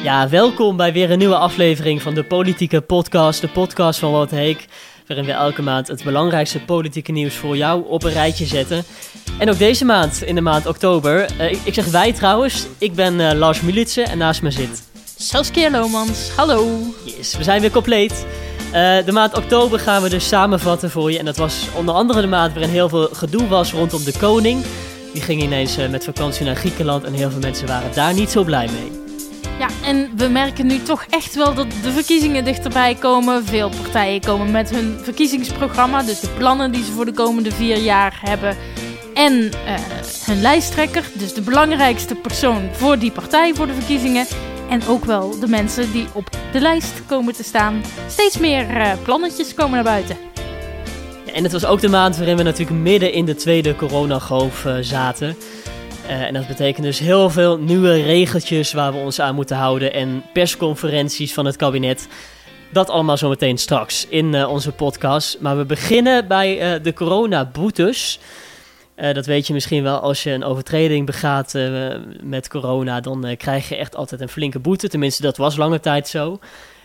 Ja, welkom bij weer een nieuwe aflevering van de Politieke Podcast, de podcast van Wout Heek, waarin we elke maand het belangrijkste politieke nieuws voor jou op een rijtje zetten. En ook deze maand, in de maand oktober, ik zeg wij trouwens, ik ben Lars Militsen en naast me zit Saskia Lomans, hallo. Yes, we zijn weer compleet. De maand oktober gaan we dus samenvatten voor je en dat was onder andere de maand waarin heel veel gedoe was rondom de koning. Die ging ineens met vakantie naar Griekenland en heel veel mensen waren daar niet zo blij mee. Ja, en we merken nu toch echt wel dat de verkiezingen dichterbij komen. Veel partijen komen met hun verkiezingsprogramma, dus de plannen die ze voor de komende 4 jaar hebben. En hun lijsttrekker, dus de belangrijkste persoon voor die partij voor de verkiezingen. En ook wel de mensen die op de lijst komen te staan. Steeds meer plannetjes komen naar buiten. Ja, en het was ook de maand waarin we natuurlijk midden in de tweede coronagolf zaten. En dat betekent dus heel veel nieuwe regeltjes waar we ons aan moeten houden en persconferenties van het kabinet. Dat allemaal zometeen straks in onze podcast. Maar we beginnen bij de coronaboetes. Dat weet je misschien wel, als je een overtreding begaat met corona, dan krijg je echt altijd een flinke boete. Tenminste, dat was lange tijd zo.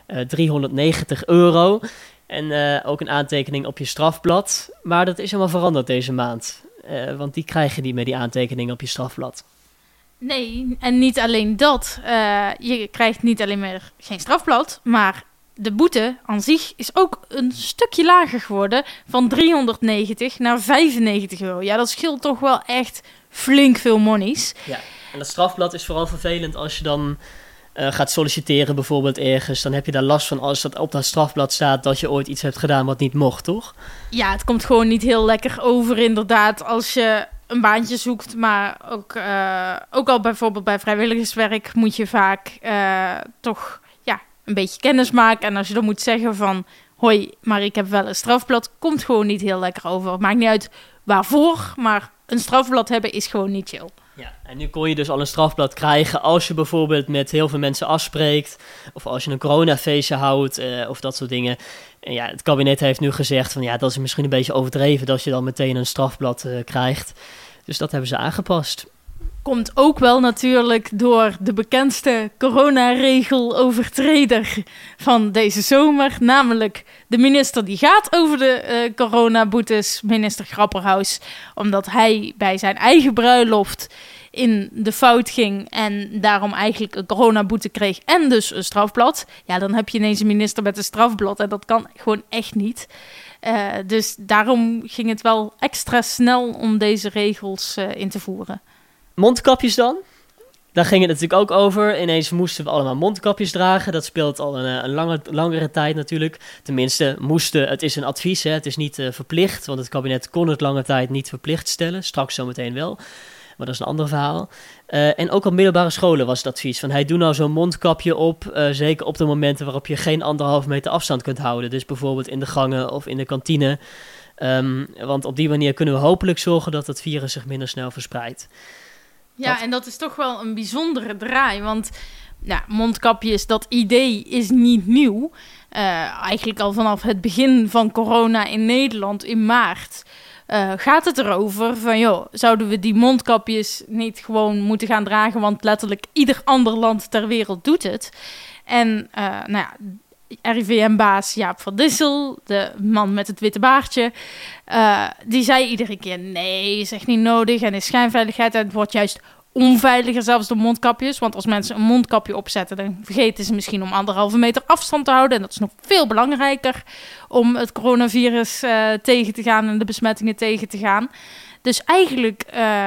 €390. En ook een aantekening op je strafblad. Maar dat is helemaal veranderd deze maand. Want die krijg je niet meer, die aantekening op je strafblad. Nee, en niet alleen dat. Je krijgt niet alleen meer geen strafblad, maar de boete aan zich is ook een stukje lager geworden. Van 390 naar €95. Ja, dat scheelt toch wel echt flink veel monies. Ja, en dat strafblad is vooral vervelend als je dan gaat solliciteren bijvoorbeeld ergens. Dan heb je daar last van als dat op dat strafblad staat dat je ooit iets hebt gedaan wat niet mocht, toch? Ja, het komt gewoon niet heel lekker over inderdaad als je een baantje zoekt. Maar ook al bijvoorbeeld bij vrijwilligerswerk moet je vaak toch een beetje kennis maken. En als je dan moet zeggen van hoi, maar ik heb wel een strafblad, komt gewoon niet heel lekker over. Het maakt niet uit waarvoor, maar een strafblad hebben is gewoon niet chill. Ja, en nu kon je dus al een strafblad krijgen als je bijvoorbeeld met heel veel mensen afspreekt. Of als je een coronafeestje houdt of dat soort dingen. En ja, het kabinet heeft nu gezegd van ja, dat is misschien een beetje overdreven dat je dan meteen een strafblad krijgt. Dus dat hebben ze aangepast. Komt ook wel natuurlijk door de bekendste coronaregelovertreder van deze zomer. Namelijk de minister die gaat over de coronaboetes, minister Grapperhaus. Omdat hij bij zijn eigen bruiloft in de fout ging en daarom eigenlijk een coronaboete kreeg en dus een strafblad. Ja, dan heb je ineens een minister met een strafblad en dat kan gewoon echt niet. Dus daarom ging het wel extra snel om deze regels in te voeren. Mondkapjes dan? Daar ging het natuurlijk ook over. Ineens moesten we allemaal mondkapjes dragen. Dat speelt al een langere tijd natuurlijk. Tenminste, moesten. Het is een advies, hè. Het is niet verplicht. Want het kabinet kon het lange tijd niet verplicht stellen. Straks zometeen wel. Maar dat is een ander verhaal. En ook op middelbare scholen was het advies. Van, doe nou zo'n mondkapje op. Zeker op de momenten waarop je geen 1,5 meter afstand kunt houden. Dus bijvoorbeeld in de gangen of in de kantine. Want op die manier kunnen we hopelijk zorgen dat het virus zich minder snel verspreidt. Ja, en dat is toch wel een bijzondere draai, want mondkapjes, dat idee is niet nieuw. Eigenlijk al vanaf het begin van corona in Nederland in maart gaat het erover van, zouden we die mondkapjes niet gewoon moeten gaan dragen, want letterlijk ieder ander land ter wereld doet het. En RIVM-baas Jaap van Dissel, de man met het witte baardje, die zei iedere keer nee, is echt niet nodig en is schijnveiligheid. En het wordt juist onveiliger zelfs door mondkapjes. Want als mensen een mondkapje opzetten, dan vergeten ze misschien om 1,5 meter afstand te houden. En dat is nog veel belangrijker om het coronavirus tegen te gaan en de besmettingen tegen te gaan. Dus eigenlijk,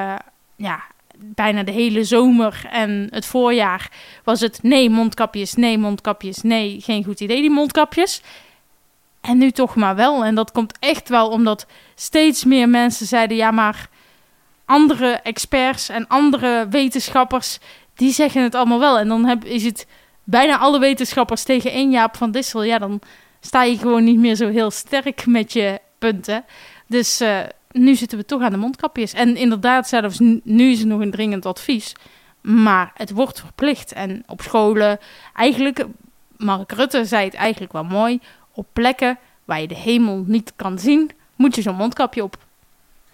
bijna de hele zomer en het voorjaar was het nee, mondkapjes, nee, geen goed idee die mondkapjes. En nu toch maar wel. En dat komt echt wel omdat steeds meer mensen zeiden, ja, maar andere experts en andere wetenschappers, die zeggen het allemaal wel. En dan is het bijna alle wetenschappers tegen één Jaap van Dissel. Ja, dan sta je gewoon niet meer zo heel sterk met je punten. Dus nu zitten we toch aan de mondkapjes. En inderdaad, zelfs nu is het nog een dringend advies. Maar het wordt verplicht. En op scholen, eigenlijk, Mark Rutte zei het eigenlijk wel mooi, op plekken waar je de hemel niet kan zien, moet je zo'n mondkapje op.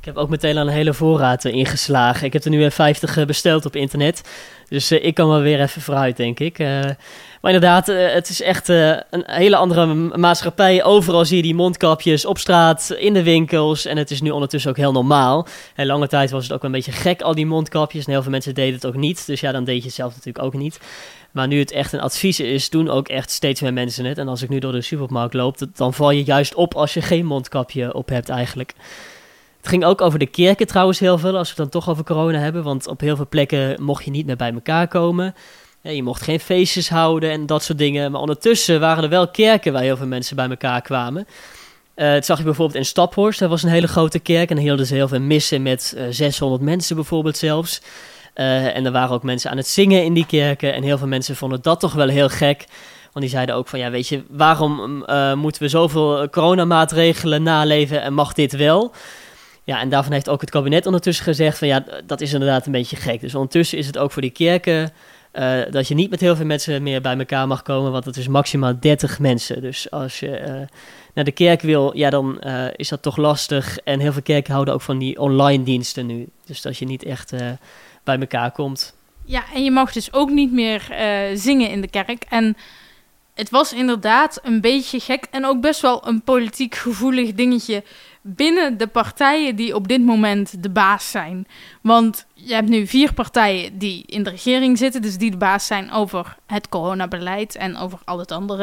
Ik heb ook meteen al een hele voorraad ingeslagen. Ik heb er nu weer 50 besteld op internet. Dus ik kan wel weer even vooruit, denk ik. Maar inderdaad, het is echt een hele andere maatschappij. Overal zie je die mondkapjes op straat, in de winkels. En het is nu ondertussen ook heel normaal. En lange tijd was het ook een beetje gek, al die mondkapjes. En heel veel mensen deden het ook niet. Dus ja, dan deed je het zelf natuurlijk ook niet. Maar nu het echt een advies is, doen ook echt steeds meer mensen het. En als ik nu door de supermarkt loop, dan val je juist op als je geen mondkapje op hebt eigenlijk. Het ging ook over de kerken trouwens heel veel, als we het dan toch over corona hebben. Want op heel veel plekken mocht je niet meer bij elkaar komen. Ja, je mocht geen feestjes houden en dat soort dingen. Maar ondertussen waren er wel kerken waar heel veel mensen bij elkaar kwamen. Dat zag je bijvoorbeeld in Staphorst. Dat was een hele grote kerk en dan hielden ze heel veel missen met 600 mensen bijvoorbeeld zelfs. En er waren ook mensen aan het zingen in die kerken. En heel veel mensen vonden dat toch wel heel gek. Want die zeiden ook van, ja, weet je, waarom moeten we zoveel coronamaatregelen naleven en mag dit wel? Ja, en daarvan heeft ook het kabinet ondertussen gezegd van, ja, dat is inderdaad een beetje gek. Dus ondertussen is het ook voor die kerken dat je niet met heel veel mensen meer bij elkaar mag komen, want het is maximaal 30 mensen. Dus als je naar de kerk wil, ja, dan is dat toch lastig. En heel veel kerken houden ook van die online diensten nu. Dus dat je niet echt bij elkaar komt. Ja, en je mag dus ook niet meer zingen in de kerk. En het was inderdaad een beetje gek en ook best wel een politiek gevoelig dingetje binnen de partijen die op dit moment de baas zijn. Want je hebt nu 4 partijen die in de regering zitten, dus die de baas zijn over het coronabeleid en over alle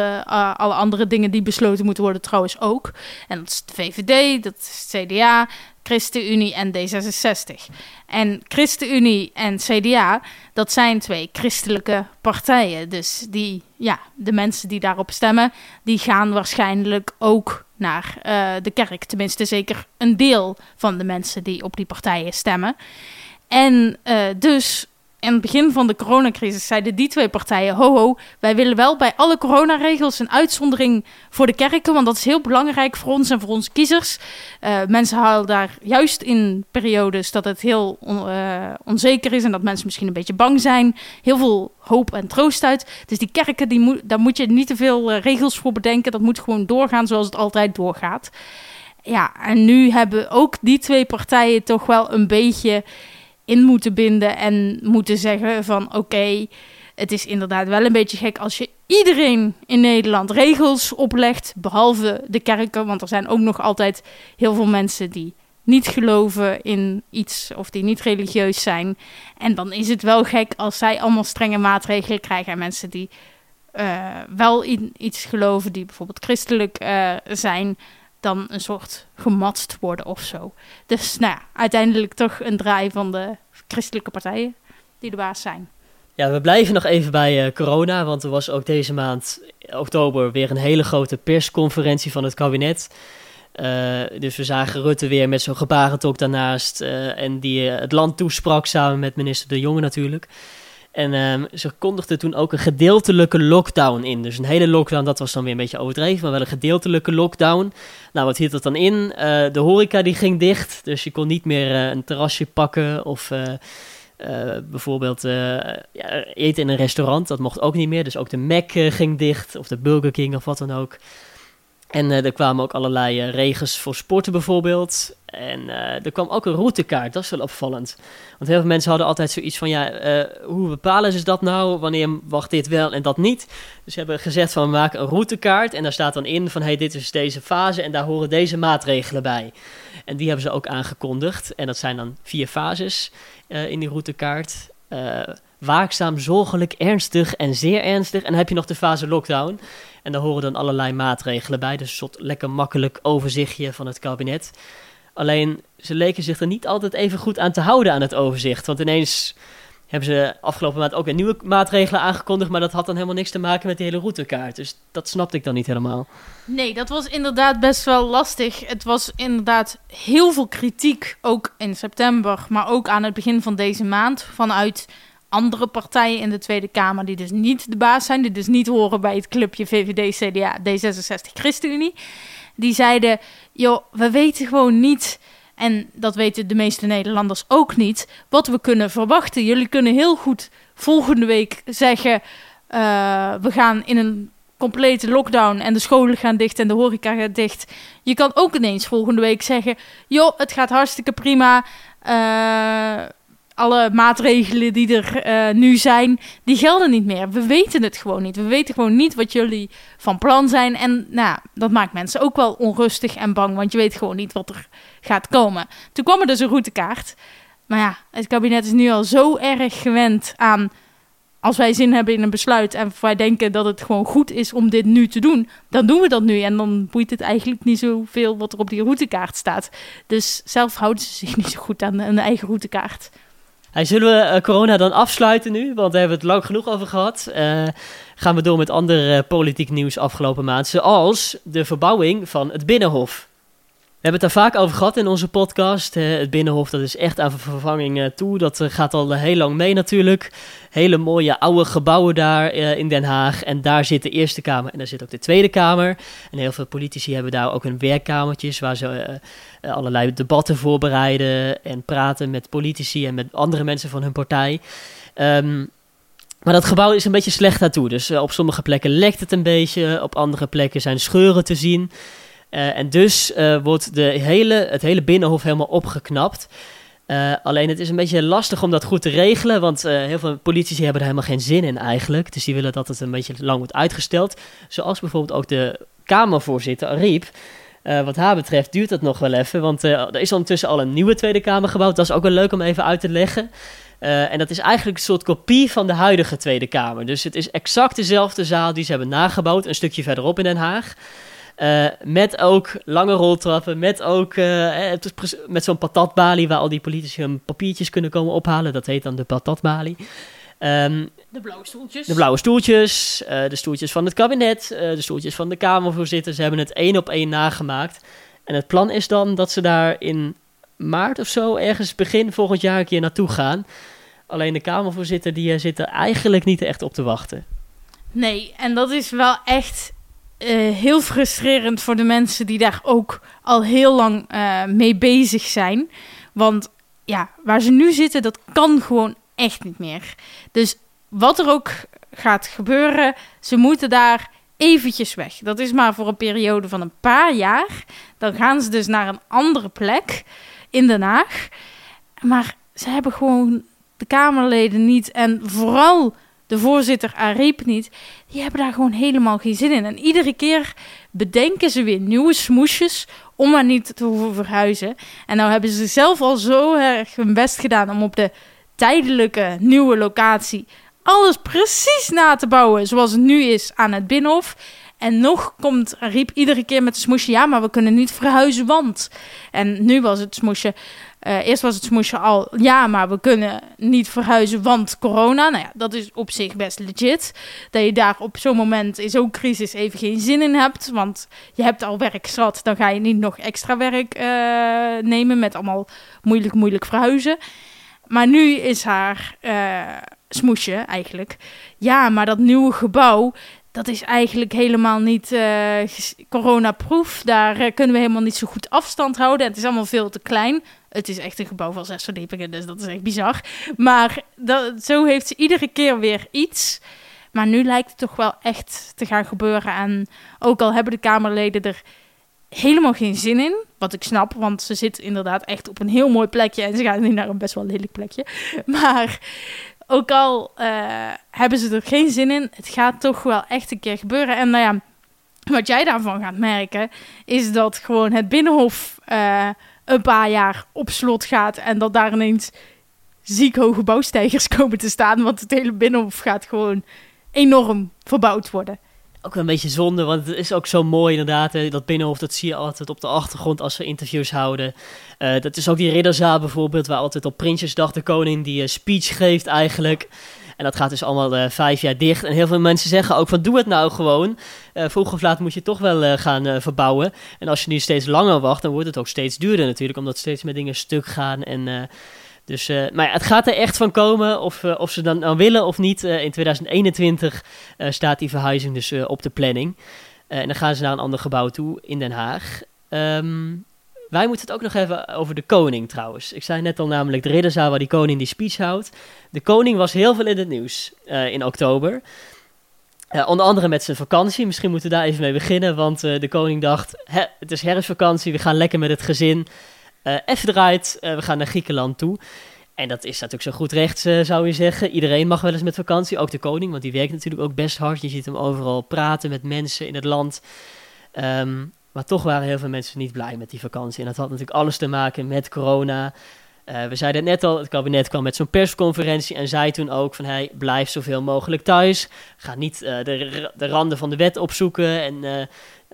andere dingen die besloten moeten worden trouwens ook. En dat is de VVD, dat is het CDA, ChristenUnie en D66. En ChristenUnie en CDA, dat zijn 2 christelijke partijen. Dus de mensen die daarop stemmen, die gaan waarschijnlijk ook naar de kerk. Tenminste, zeker een deel van de mensen die op die partijen stemmen. En dus in het begin van de coronacrisis zeiden die 2 partijen, ho, wij willen wel bij alle coronaregels een uitzondering voor de kerken, want dat is heel belangrijk voor ons en voor onze kiezers. Mensen halen daar juist in periodes dat het heel onzeker is en dat mensen misschien een beetje bang zijn, heel veel hoop en troost uit. Dus die kerken, daar moet je niet te veel regels voor bedenken. Dat moet gewoon doorgaan zoals het altijd doorgaat. Ja, en nu hebben ook die 2 partijen toch wel een beetje in moeten binden en moeten zeggen van oké, het is inderdaad wel een beetje gek als je iedereen in Nederland regels oplegt, behalve de kerken, want er zijn ook nog altijd heel veel mensen die niet geloven in iets of die niet religieus zijn. En dan is het wel gek als zij allemaal strenge maatregelen krijgen en mensen die wel in iets geloven, die bijvoorbeeld christelijk zijn, dan een soort gematst worden of zo. Dus uiteindelijk toch een draai van de christelijke partijen die de baas zijn. Ja, we blijven nog even bij corona, want er was ook deze maand, oktober, weer een hele grote persconferentie van het kabinet. Dus we zagen Rutte weer met zo'n gebarentolk daarnaast en die het land toesprak samen met minister De Jonge natuurlijk. En ze kondigden toen ook een gedeeltelijke lockdown in. Dus een hele lockdown, dat was dan weer een beetje overdreven, maar wel een gedeeltelijke lockdown. Nou, wat hield dat dan in? De horeca die ging dicht, dus je kon niet meer een terrasje pakken of bijvoorbeeld eten in een restaurant. Dat mocht ook niet meer, dus ook de Mac ging dicht of de Burger King of wat dan ook. En er kwamen ook allerlei regels voor sporten bijvoorbeeld. En er kwam ook een routekaart, dat is wel opvallend. Want heel veel mensen hadden altijd zoiets van, hoe bepalen ze dat nou? Wanneer mag dit wel en dat niet? Dus ze hebben gezegd van, we maken een routekaart. En daar staat dan in van, dit is deze fase en daar horen deze maatregelen bij. En die hebben ze ook aangekondigd. En dat zijn dan 4 fases in die routekaart. Waakzaam, zorgelijk, ernstig en zeer ernstig. En dan heb je nog de fase lockdown. En daar horen dan allerlei maatregelen bij. Dus een soort lekker makkelijk overzichtje van het kabinet. Alleen, ze leken zich er niet altijd even goed aan te houden aan het overzicht. Want ineens hebben ze afgelopen maand ook weer nieuwe maatregelen aangekondigd. Maar dat had dan helemaal niks te maken met die hele routekaart. Dus dat snapte ik dan niet helemaal. Nee, dat was inderdaad best wel lastig. Het was inderdaad heel veel kritiek, ook in september. Maar ook aan het begin van deze maand vanuit andere partijen in de Tweede Kamer die dus niet de baas zijn, die dus niet horen bij het clubje VVD, CDA, D66, ChristenUnie. Die zeiden, we weten gewoon niet, en dat weten de meeste Nederlanders ook niet, wat we kunnen verwachten. Jullie kunnen heel goed volgende week zeggen, we gaan in een complete lockdown en de scholen gaan dicht en de horeca gaat dicht. Je kan ook ineens volgende week zeggen, joh, het gaat hartstikke prima. Alle maatregelen die er nu zijn, die gelden niet meer. We weten het gewoon niet. We weten gewoon niet wat jullie van plan zijn. En dat maakt mensen ook wel onrustig en bang, want je weet gewoon niet wat er gaat komen. Toen kwam er dus een routekaart. Maar ja, het kabinet is nu al zo erg gewend aan, als wij zin hebben in een besluit en wij denken dat het gewoon goed is om dit nu te doen, dan doen we dat nu. En dan boeit het eigenlijk niet zoveel wat er op die routekaart staat. Dus zelf houden ze zich niet zo goed aan een eigen routekaart. Zullen we corona dan afsluiten nu? Want daar hebben we het lang genoeg over gehad. Gaan we door met ander politiek nieuws afgelopen maand. Zoals de verbouwing van het Binnenhof. We hebben het daar vaak over gehad in onze podcast. Het Binnenhof, dat is echt aan vervanging toe. Dat gaat al heel lang mee natuurlijk. Hele mooie oude gebouwen daar in Den Haag. En daar zit de Eerste Kamer en daar zit ook de Tweede Kamer. En heel veel politici hebben daar ook hun werkkamertjes waar ze allerlei debatten voorbereiden en praten met politici en met andere mensen van hun partij. Maar dat gebouw is een beetje slecht daartoe. Dus op sommige plekken lekt het een beetje. Op andere plekken zijn scheuren te zien. En dus wordt het hele Binnenhof helemaal opgeknapt. Alleen het is een beetje lastig om dat goed te regelen. Want heel veel politici hebben er helemaal geen zin in eigenlijk. Dus die willen dat het een beetje lang wordt uitgesteld. Zoals bijvoorbeeld ook de Kamervoorzitter Ariep. Wat haar betreft duurt dat nog wel even. Want er is ondertussen al een nieuwe Tweede Kamer gebouwd. Dat is ook wel leuk om even uit te leggen. En dat is eigenlijk een soort kopie van de huidige Tweede Kamer. Dus het is exact dezelfde zaal die ze hebben nagebouwd. Een stukje verderop in Den Haag. Met ook lange roltrappen, met zo'n patatbalie waar al die politici hun papiertjes kunnen komen ophalen. Dat heet dan de patatbalie. De blauwe stoeltjes. De blauwe stoeltjes, de stoeltjes van het kabinet, de stoeltjes van de Kamervoorzitter. Ze hebben het 1 op 1 nagemaakt. En het plan is dan dat ze daar in maart of zo, ergens begin volgend jaar een keer naartoe gaan. Alleen de Kamervoorzitter die zit er eigenlijk niet echt op te wachten. Nee, en dat is wel echt heel frustrerend voor de mensen die daar ook al heel lang mee bezig zijn. Want ja, waar ze nu zitten, dat kan gewoon echt niet meer. Dus wat er ook gaat gebeuren, ze moeten daar eventjes weg. Dat is maar voor een periode van een paar jaar. Dan gaan ze dus naar een andere plek in Den Haag. Maar ze hebben gewoon de Kamerleden niet en vooral de voorzitter Ariep niet, die hebben daar gewoon helemaal geen zin in. En iedere keer bedenken ze weer nieuwe smoesjes om maar niet te hoeven verhuizen. En nou hebben ze zelf al zo erg hun best gedaan om op de tijdelijke nieuwe locatie alles precies na te bouwen zoals het nu is aan het Binnenhof. En nog komt Ariep iedere keer met de smoesje, ja, maar we kunnen niet verhuizen, want. En nu was het smoesje, eerst was het smoesje al, ja, maar we kunnen niet verhuizen, want corona. Nou ja, dat is op zich best legit. Dat je daar op zo'n moment in zo'n crisis even geen zin in hebt, want je hebt al werk zat, dan ga je niet nog extra werk nemen met allemaal moeilijk verhuizen. Maar nu is haar smoesje eigenlijk, ja, maar dat nieuwe gebouw, dat is eigenlijk helemaal niet coronaproof. Daar kunnen we helemaal niet zo goed afstand houden. Het is allemaal veel te klein. Het is echt een gebouw van 6 verdiepingen, dus dat is echt bizar. Maar zo heeft ze iedere keer weer iets. Maar nu lijkt het toch wel echt te gaan gebeuren. En ook al hebben de Kamerleden er helemaal geen zin in, wat ik snap, want ze zit inderdaad echt op een heel mooi plekje en ze gaat nu naar een best wel lelijk plekje. Maar ook al hebben ze er geen zin in, het gaat toch wel echt een keer gebeuren. En nou ja, wat jij daarvan gaat merken, is dat gewoon het Binnenhof een paar jaar op slot gaat en dat daar ineens ziek hoge bouwsteigers komen te staan, want het hele Binnenhof gaat gewoon enorm verbouwd worden. Ook een beetje zonde, want het is ook zo mooi inderdaad. Dat Binnenhof, dat zie je altijd op de achtergrond als ze interviews houden. Dat is ook die ridderzaal bijvoorbeeld, waar altijd op Prinsjesdag de koning die speech geeft eigenlijk. En dat gaat dus allemaal 5 jaar dicht. En heel veel mensen zeggen ook van doe het nou gewoon. Vroeg of laat moet je toch wel gaan verbouwen. En als je nu steeds langer wacht, dan wordt het ook steeds duurder natuurlijk. Omdat steeds meer dingen stuk gaan. En maar ja, het gaat er echt van komen. Of ze dan nou willen of niet. In 2021 staat die verhuizing dus op de planning. En dan gaan ze naar een ander gebouw toe in Den Haag. Wij moeten het ook nog even over de koning trouwens. Ik zei net al namelijk de ridderzaal waar die koning die speech houdt. De koning was heel veel in het nieuws in oktober. Onder andere met zijn vakantie. Misschien moeten we daar even mee beginnen. Want de koning dacht, het is herfstvakantie. We gaan lekker met het gezin. Even eruit. We gaan naar Griekenland toe. En dat is natuurlijk zo goed recht, zou je zeggen. Iedereen mag wel eens met vakantie. Ook de koning, want die werkt natuurlijk ook best hard. Je ziet hem overal praten met mensen in het land. Maar toch waren heel veel mensen niet blij met die vakantie. En dat had natuurlijk alles te maken met corona. We zeiden het net al, het kabinet kwam met zo'n persconferentie en zei toen ook van, hey, blijf zoveel mogelijk thuis. Ga niet de randen van de wet opzoeken en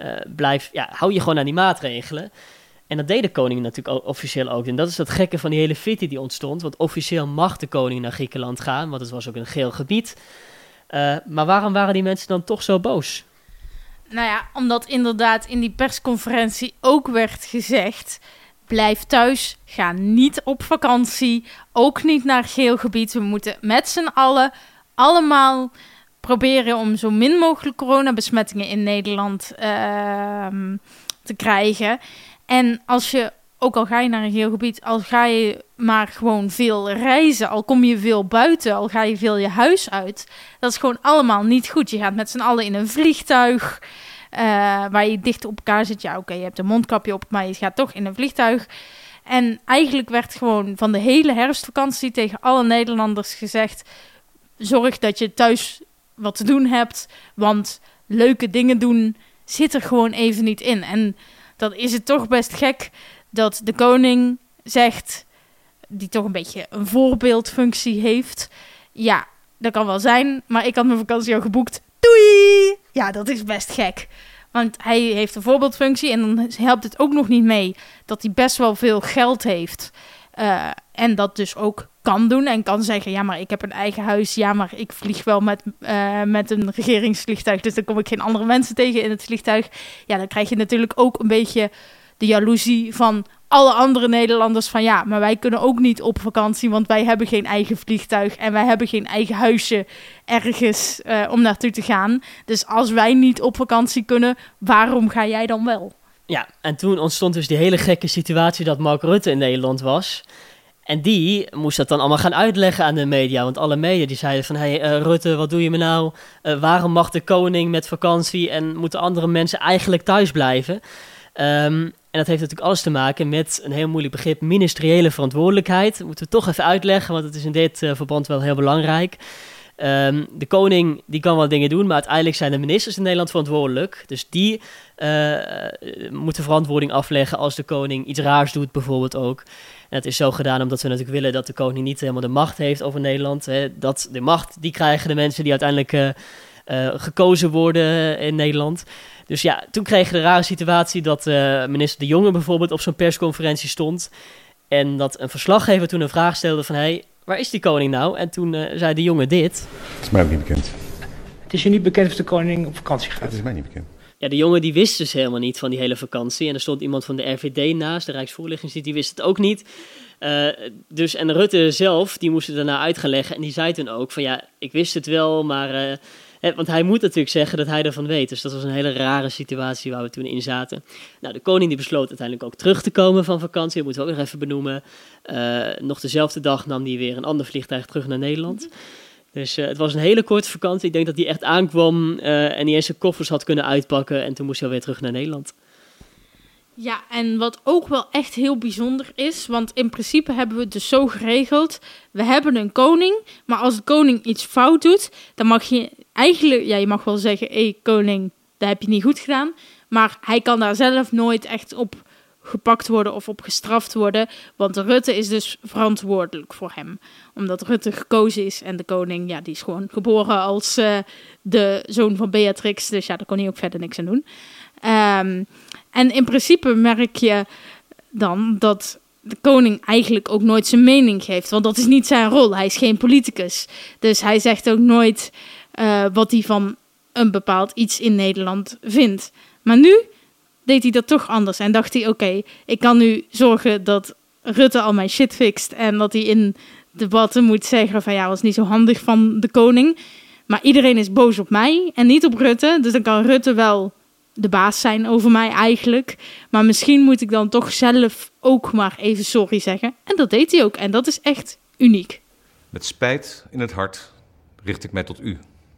hou je gewoon aan die maatregelen. En dat deed de koning natuurlijk officieel ook. En dat is dat gekke van die hele fitty die ontstond. Want officieel mag de koning naar Griekenland gaan, want het was ook een geel gebied. Maar waarom waren die mensen dan toch zo boos? Nou ja, omdat inderdaad in die persconferentie ook werd gezegd, blijf thuis, ga niet op vakantie, ook niet naar geel gebied. We moeten met z'n allen allemaal proberen om zo min mogelijk coronabesmettingen in Nederland te krijgen. En als je, ook al ga je naar een geel gebied, al ga je maar gewoon veel reizen, al kom je veel buiten, al ga je veel je huis uit, dat is gewoon allemaal niet goed. Je gaat met z'n allen in een vliegtuig, waar je dicht op elkaar zit. Ja, oké, je hebt een mondkapje op, maar je gaat toch in een vliegtuig. En eigenlijk werd gewoon van de hele herfstvakantie tegen alle Nederlanders gezegd, zorg dat je thuis wat te doen hebt, want leuke dingen doen zit er gewoon even niet in. En dan is het toch best gek dat de koning zegt, die toch een beetje een voorbeeldfunctie heeft. Ja, dat kan wel zijn, maar ik had mijn vakantie al geboekt. Doei! Ja, dat is best gek. Want hij heeft een voorbeeldfunctie en dan helpt het ook nog niet mee dat hij best wel veel geld heeft. En dat dus ook kan doen en kan zeggen, ja, maar ik heb een eigen huis. Ja, maar ik vlieg wel met een regeringsvliegtuig, dus dan kom ik geen andere mensen tegen in het vliegtuig. Ja, dan krijg je natuurlijk ook een beetje de jaloezie van alle andere Nederlanders van, ja, maar wij kunnen ook niet op vakantie, want wij hebben geen eigen vliegtuig en wij hebben geen eigen huisje ergens om naartoe te gaan. Dus als wij niet op vakantie kunnen, waarom ga jij dan wel? Ja, en toen ontstond dus die hele gekke situatie dat Mark Rutte in Nederland was. En die moest dat dan allemaal gaan uitleggen aan de media. Want alle media die zeiden van, hey, Rutte, wat doe je me nou? Waarom mag de koning met vakantie en moeten andere mensen eigenlijk thuis blijven? En dat heeft natuurlijk alles te maken met een heel moeilijk begrip, ministeriële verantwoordelijkheid. Dat moeten we toch even uitleggen, want het is in dit verband wel heel belangrijk. De koning die kan wel dingen doen, maar uiteindelijk zijn de ministers in Nederland verantwoordelijk. Dus die moeten verantwoording afleggen als de koning iets raars doet bijvoorbeeld ook. En het is zo gedaan omdat we natuurlijk willen dat de koning niet helemaal de macht heeft over Nederland. Dat de macht, die krijgen de mensen die uiteindelijk gekozen worden in Nederland. Dus ja, toen kregen we de rare situatie dat minister De Jonge bijvoorbeeld op zo'n persconferentie stond. En dat een verslaggever toen een vraag stelde van, hey, waar is die koning nou? En toen zei De Jonge dit. Het is mij ook niet bekend. Het is je niet bekend of de koning op vakantie gaat? Het is mij niet bekend. Ja, De Jonge die wist dus helemaal niet van die hele vakantie. En er stond iemand van de RVD naast, de Rijksvoorlichtingsdienst, die wist het ook niet. En Rutte zelf, die moest het daarna uit gaan leggen. En die zei toen ook van, ja, ik wist het wel, maar... want hij moet natuurlijk zeggen dat hij ervan weet. Dus dat was een hele rare situatie waar we toen in zaten. Nou, de koning die besloot uiteindelijk ook terug te komen van vakantie. Dat moeten we ook nog even benoemen. Nog dezelfde dag nam hij weer een ander vliegtuig terug naar Nederland. Dus het was een hele korte vakantie. Ik denk dat hij echt aankwam en niet eens zijn koffers had kunnen uitpakken. En toen moest hij alweer terug naar Nederland. Ja, en wat ook wel echt heel bijzonder is, want in principe hebben we het dus zo geregeld. We hebben een koning, maar als de koning iets fout doet, dan mag je eigenlijk, ja, je mag wel zeggen, hé koning, dat heb je niet goed gedaan. Maar hij kan daar zelf nooit echt op gepakt worden of op gestraft worden, want Rutte is dus verantwoordelijk voor hem. Omdat Rutte gekozen is en de koning, ja, die is gewoon geboren als de zoon van Beatrix, dus ja, daar kon hij ook verder niks aan doen. En in principe merk je dan dat de koning eigenlijk ook nooit zijn mening geeft. Want dat is niet zijn rol. Hij is geen politicus. Dus hij zegt ook nooit wat hij van een bepaald iets in Nederland vindt. Maar nu deed hij dat toch anders. En dacht hij, oké, ik kan nu zorgen dat Rutte al mijn shit fixt. En dat hij in debatten moet zeggen van, ja, was niet zo handig van de koning. Maar iedereen is boos op mij en niet op Rutte. Dus dan kan Rutte wel de baas zijn over mij eigenlijk. Maar misschien moet ik dan toch zelf ook maar even sorry zeggen. En dat deed hij ook. En dat is echt uniek. Met spijt in het hart richt ik mij tot u,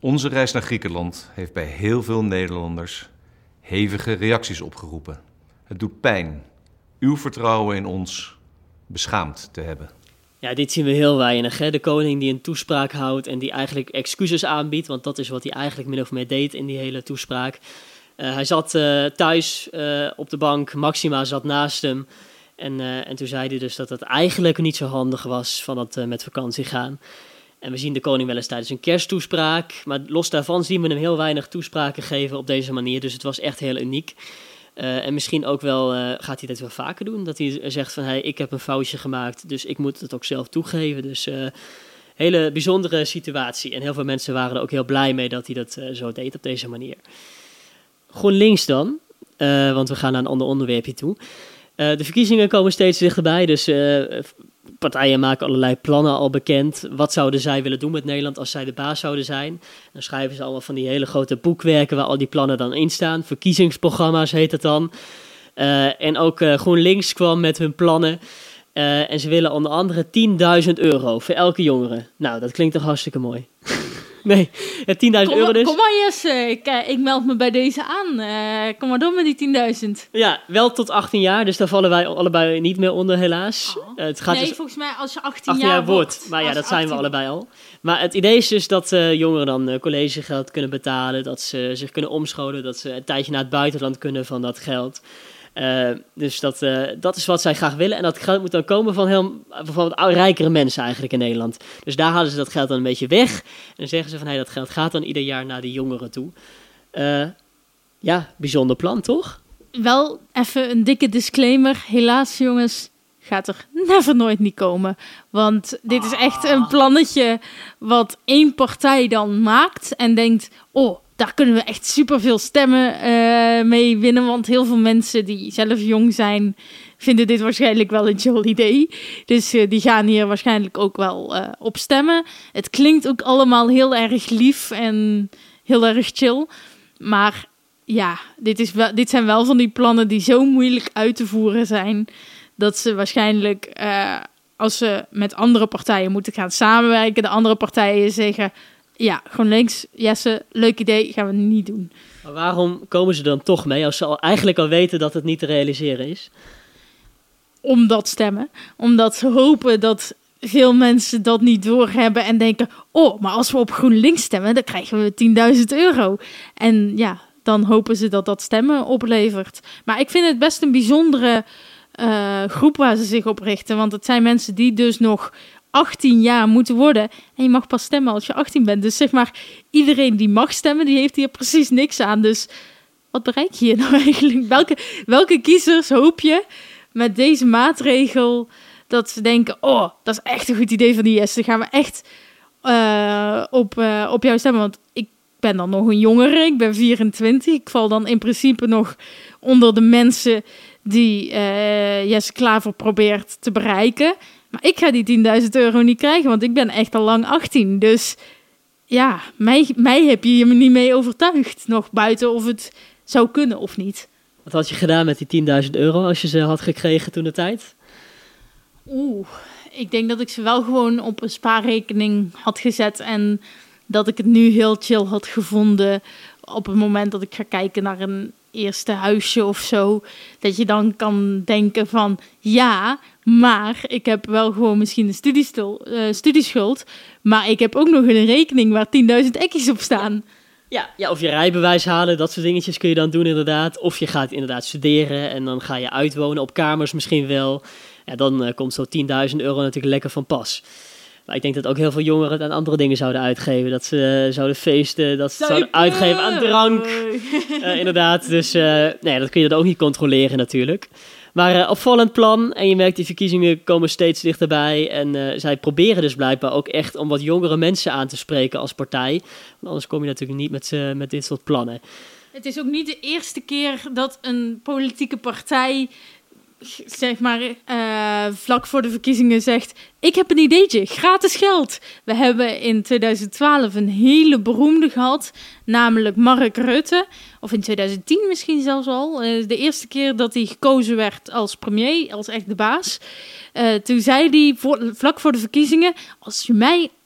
Onze reis naar Griekenland heeft bij heel veel Nederlanders hevige reacties opgeroepen. Het doet pijn uw vertrouwen in ons beschaamd te hebben. Ja, dit zien we heel weinig. Hè? De koning die een toespraak houdt en die eigenlijk excuses aanbiedt, want dat is wat hij eigenlijk min of meer deed in die hele toespraak. Hij zat thuis op de bank, Maxima zat naast hem. En toen zei hij dus dat het eigenlijk niet zo handig was van het met vakantie gaan. En we zien de koning wel eens tijdens een kersttoespraak. Maar los daarvan zien we hem heel weinig toespraken geven op deze manier. Dus het was echt heel uniek. En misschien ook wel gaat hij dit wel vaker doen. Dat hij zegt van, hey, ik heb een foutje gemaakt, dus ik moet het ook zelf toegeven. Dus hele bijzondere situatie. En heel veel mensen waren er ook heel blij mee dat hij dat zo deed op deze manier. GroenLinks dan, want we gaan naar een ander onderwerpje toe. De verkiezingen komen steeds dichterbij, dus partijen maken allerlei plannen al bekend. Wat zouden zij willen doen met Nederland als zij de baas zouden zijn? Dan schrijven ze allemaal van die hele grote boekwerken waar al die plannen dan in staan. Verkiezingsprogramma's heet het dan. En ook GroenLinks kwam met hun plannen. En ze willen onder andere €10.000 voor elke jongere. Nou, dat klinkt toch hartstikke mooi. Nee, €10.000 dus. Kom maar Jesse, ik meld me bij deze aan. Kom maar door met die 10.000. Ja, wel tot 18 jaar, dus daar vallen wij allebei niet meer onder helaas. Het gaat nee, dus volgens mij als je 18 jaar jaar wordt. Maar ja, dat zijn we allebei al. Maar het idee is dus dat jongeren dan collegegeld kunnen betalen, dat ze zich kunnen omscholen, dat ze een tijdje naar het buitenland kunnen van dat geld. Dus dat is wat zij graag willen. En dat geld moet dan komen van bijvoorbeeld rijkere mensen eigenlijk in Nederland. Dus daar halen ze dat geld dan een beetje weg. En dan zeggen ze van, hey, dat geld gaat dan ieder jaar naar de jongeren toe. Ja, bijzonder plan, toch? Wel even een dikke disclaimer. Helaas, jongens, gaat er never nooit niet komen. Want dit is echt een plannetje wat één partij dan maakt en denkt, oh, daar kunnen we echt superveel stemmen mee winnen. Want heel veel mensen die zelf jong zijn, vinden dit waarschijnlijk wel een chill idee. Dus die gaan hier waarschijnlijk ook wel op stemmen. Het klinkt ook allemaal heel erg lief en heel erg chill. Maar ja, dit zijn wel van die plannen die zo moeilijk uit te voeren zijn, dat ze waarschijnlijk, als ze met andere partijen moeten gaan samenwerken, de andere partijen zeggen, ja, GroenLinks, Jesse, leuk idee, gaan we niet doen. Maar waarom komen ze dan toch mee, als ze eigenlijk al weten dat het niet te realiseren is? Omdat stemmen. Omdat ze hopen dat veel mensen dat niet doorhebben en denken, oh, maar als we op GroenLinks stemmen, dan krijgen we €10.000. En ja, dan hopen ze dat dat stemmen oplevert. Maar ik vind het best een bijzondere groep waar ze zich op richten. Want het zijn mensen die dus nog 18 jaar moeten worden. En je mag pas stemmen als je 18 bent. Dus zeg maar, iedereen die mag stemmen, die heeft hier precies niks aan. Dus wat bereik je hier nou eigenlijk? Welke kiezers hoop je met deze maatregel dat ze denken, oh, dat is echt een goed idee van die Jesse. Dan gaan we echt op jou stemmen. Want ik ben dan nog een jongere. Ik ben 24. Ik val dan in principe nog onder de mensen die Jesse Klaver probeert te bereiken. Maar ik ga die €10.000 niet krijgen, want ik ben echt al lang 18. Dus ja, mij heb je hier niet mee overtuigd. Nog buiten of het zou kunnen of niet. Wat had je gedaan met die €10.000 als je ze had gekregen toen de tijd? Ik denk dat ik ze wel gewoon op een spaarrekening had gezet. En dat ik het nu heel chill had gevonden op het moment dat ik ga kijken naar een eerste huisje of zo. Dat je dan kan denken van, ja, maar ik heb wel gewoon misschien een studieschuld. Maar ik heb ook nog een rekening waar 10.000 ekkies op staan. Ja, of je rijbewijs halen, dat soort dingetjes kun je dan doen inderdaad. Of je gaat inderdaad studeren en dan ga je uitwonen op kamers misschien wel. Ja, dan komt zo'n €10.000 natuurlijk lekker van pas. Maar ik denk dat ook heel veel jongeren het aan andere dingen zouden uitgeven. Dat ze zouden feesten, dat ze het zouden uitgeven aan drank. Inderdaad, dus nee, dat kun je dan ook niet controleren natuurlijk. Maar opvallend plan. En je merkt, die verkiezingen komen steeds dichterbij. En zij proberen dus blijkbaar ook echt om wat jongere mensen aan te spreken als partij. Want anders kom je natuurlijk niet met dit soort plannen. Het is ook niet de eerste keer dat een politieke partij, zeg maar, vlak voor de verkiezingen zegt, ik heb een ideetje, gratis geld. We hebben in 2012 een hele beroemde gehad, namelijk Mark Rutte. Of in 2010 misschien zelfs al. De eerste keer dat hij gekozen werd als premier, als echt de baas. Toen zei hij vlak voor de verkiezingen, als je mij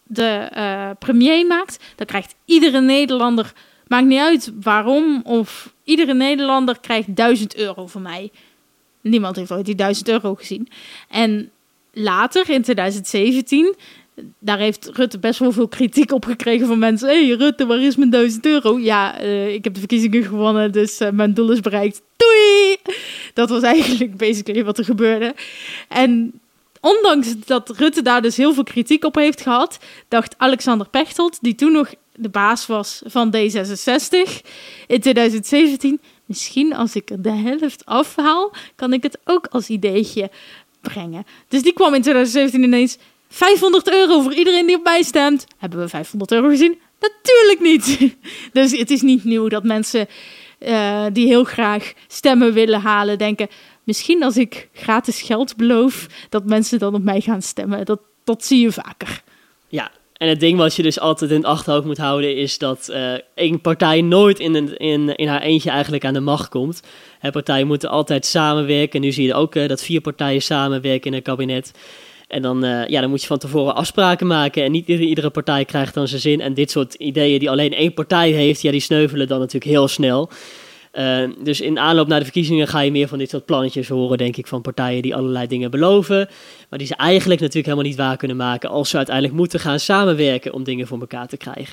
de premier maakt, dan krijgt iedere Nederlander, maakt niet uit waarom, of iedere Nederlander krijgt €1000 van mij. Niemand heeft ooit die €1000 gezien. En later, in 2017, daar heeft Rutte best wel veel kritiek op gekregen van mensen. Hé, Rutte, waar is mijn €1000? Ja, ik heb de verkiezingen gewonnen, dus mijn doel is bereikt. Doei! Dat was eigenlijk basically wat er gebeurde. En ondanks dat Rutte daar dus heel veel kritiek op heeft gehad, dacht Alexander Pechtold, die toen nog de baas was van D66, in 2017... misschien als ik er de helft afhaal, kan ik het ook als ideetje brengen. Dus die kwam in 2017 ineens €500 voor iedereen die op mij stemt. Hebben we €500 gezien? Natuurlijk niet. Dus het is niet nieuw dat mensen die heel graag stemmen willen halen, denken, misschien als ik gratis geld beloof, dat mensen dan op mij gaan stemmen. Dat zie je vaker. Ja, en het ding wat je dus altijd in het achterhoofd moet houden is dat één partij nooit in haar eentje eigenlijk aan de macht komt. Partijen moeten altijd samenwerken. Nu zie je ook dat 4 partijen samenwerken in een kabinet. En dan moet je van tevoren afspraken maken. En niet iedere partij krijgt dan zijn zin. En dit soort ideeën die alleen één partij heeft, die sneuvelen dan natuurlijk heel snel. Dus in aanloop naar de verkiezingen ga je meer van dit soort plannetjes horen, denk ik, van partijen die allerlei dingen beloven, maar die ze eigenlijk natuurlijk helemaal niet waar kunnen maken als ze uiteindelijk moeten gaan samenwerken om dingen voor elkaar te krijgen.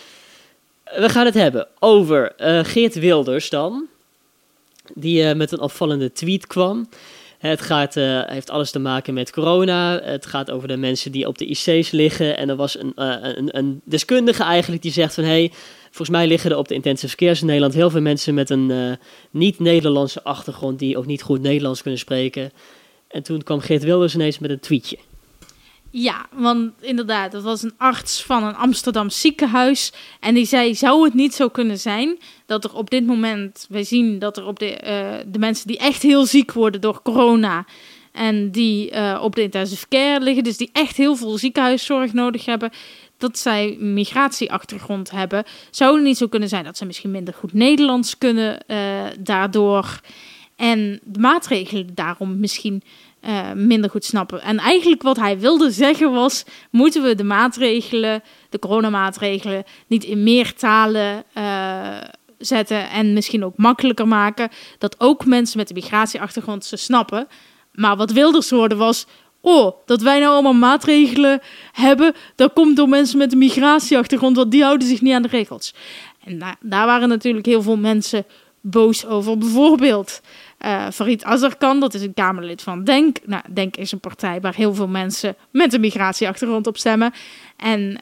We gaan het hebben over Geert Wilders dan, die met een opvallende tweet kwam. Het heeft alles te maken met corona. Het gaat over de mensen die op de IC's liggen. En er was een deskundige eigenlijk die zegt van, volgens mij liggen er op de intensive cares in Nederland heel veel mensen met een niet-Nederlandse achtergrond die ook niet goed Nederlands kunnen spreken. En toen kwam Geert Wilders ineens met een tweetje. Ja, want inderdaad, dat was een arts van een Amsterdam ziekenhuis. En die zei, zou het niet zo kunnen zijn dat er op dit moment, wij zien dat er op de mensen die echt heel ziek worden door corona en die op de intensive care liggen, dus die echt heel veel ziekenhuiszorg nodig hebben, dat zij migratieachtergrond hebben. Zou het niet zo kunnen zijn dat ze misschien minder goed Nederlands kunnen daardoor en de maatregelen daarom misschien minder goed snappen. En eigenlijk wat hij wilde zeggen was, moeten we de coronamaatregelen, niet in meer talen zetten en misschien ook makkelijker maken, dat ook mensen met een migratieachtergrond ze snappen. Maar wat Wilders hoorde was, dat wij nou allemaal maatregelen hebben, dat komt door mensen met een migratieachtergrond, want die houden zich niet aan de regels. En daar waren natuurlijk heel veel mensen boos over. Bijvoorbeeld Farid Azarkan, dat is een Kamerlid van DENK. Nou, DENK is een partij waar heel veel mensen met een migratieachtergrond op stemmen. En